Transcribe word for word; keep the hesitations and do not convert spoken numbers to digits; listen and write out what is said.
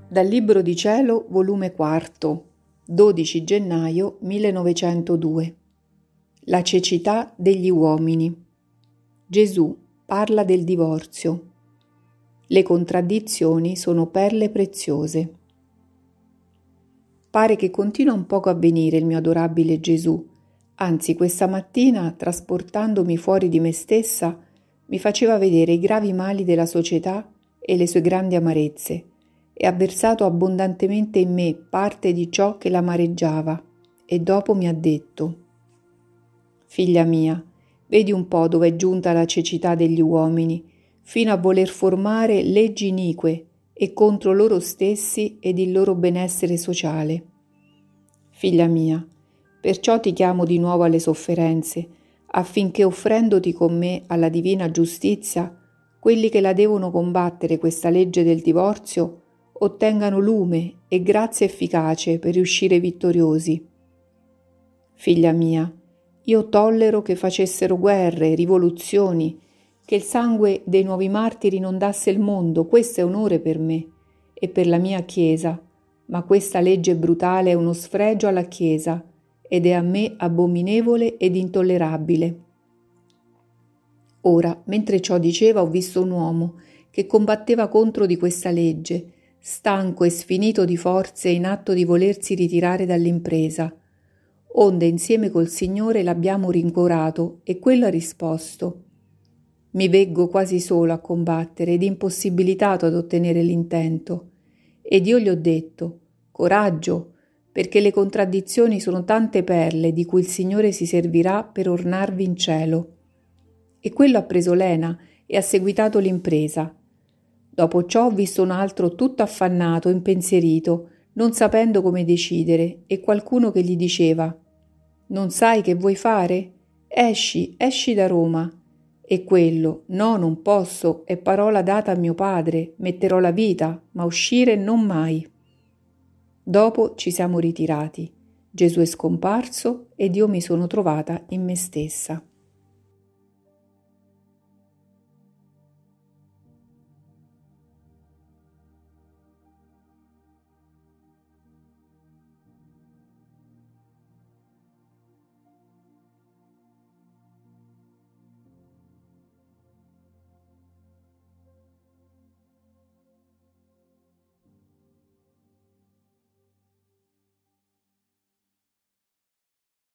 Dal Libro di Cielo, volume quarto, dodici gennaio millenovecentodue. La cecità degli uomini. Gesù parla del divorzio. Le contraddizioni sono perle preziose. Pare che continua un poco a venire il mio adorabile Gesù, anzi questa mattina, trasportandomi fuori di me stessa, mi faceva vedere i gravi mali della società e le sue grandi amarezze, e ha versato abbondantemente in me parte di ciò che l'amareggiava, e dopo mi ha detto: «Figlia mia, vedi un po' dove è giunta la cecità degli uomini, fino a voler formare leggi inique e contro loro stessi ed il loro benessere sociale. Figlia mia, perciò ti chiamo di nuovo alle sofferenze, affinché offrendoti con me alla divina giustizia, quelli che la devono combattere questa legge del divorzio ottengano lume e grazia efficace per riuscire vittoriosi. Figlia mia, io tollero che facessero guerre, rivoluzioni, che il sangue dei nuovi martiri inondasse il mondo, questo è onore per me e per la mia Chiesa, ma questa legge brutale è uno sfregio alla Chiesa ed è a me abominevole ed intollerabile». Ora, mentre ciò diceva, ho visto un uomo che combatteva contro di questa legge, stanco e sfinito di forze in atto di volersi ritirare dall'impresa. Onde insieme col Signore l'abbiamo rincuorato e quello ha risposto: «Mi veggo quasi solo a combattere ed impossibilitato ad ottenere l'intento». Ed io gli ho detto: «Coraggio, perché le contraddizioni sono tante perle di cui il Signore si servirà per ornarvi in cielo». E quello ha preso lena e ha seguitato l'impresa. Dopo ciò ho visto un altro tutto affannato, impensierito, non sapendo come decidere, e qualcuno che gli diceva: «Non sai che vuoi fare? Esci, esci da Roma». E quello: «No, non posso, è parola data a mio padre, metterò la vita, ma uscire non mai». Dopo ci siamo ritirati. Gesù è scomparso ed io mi sono trovata in me stessa.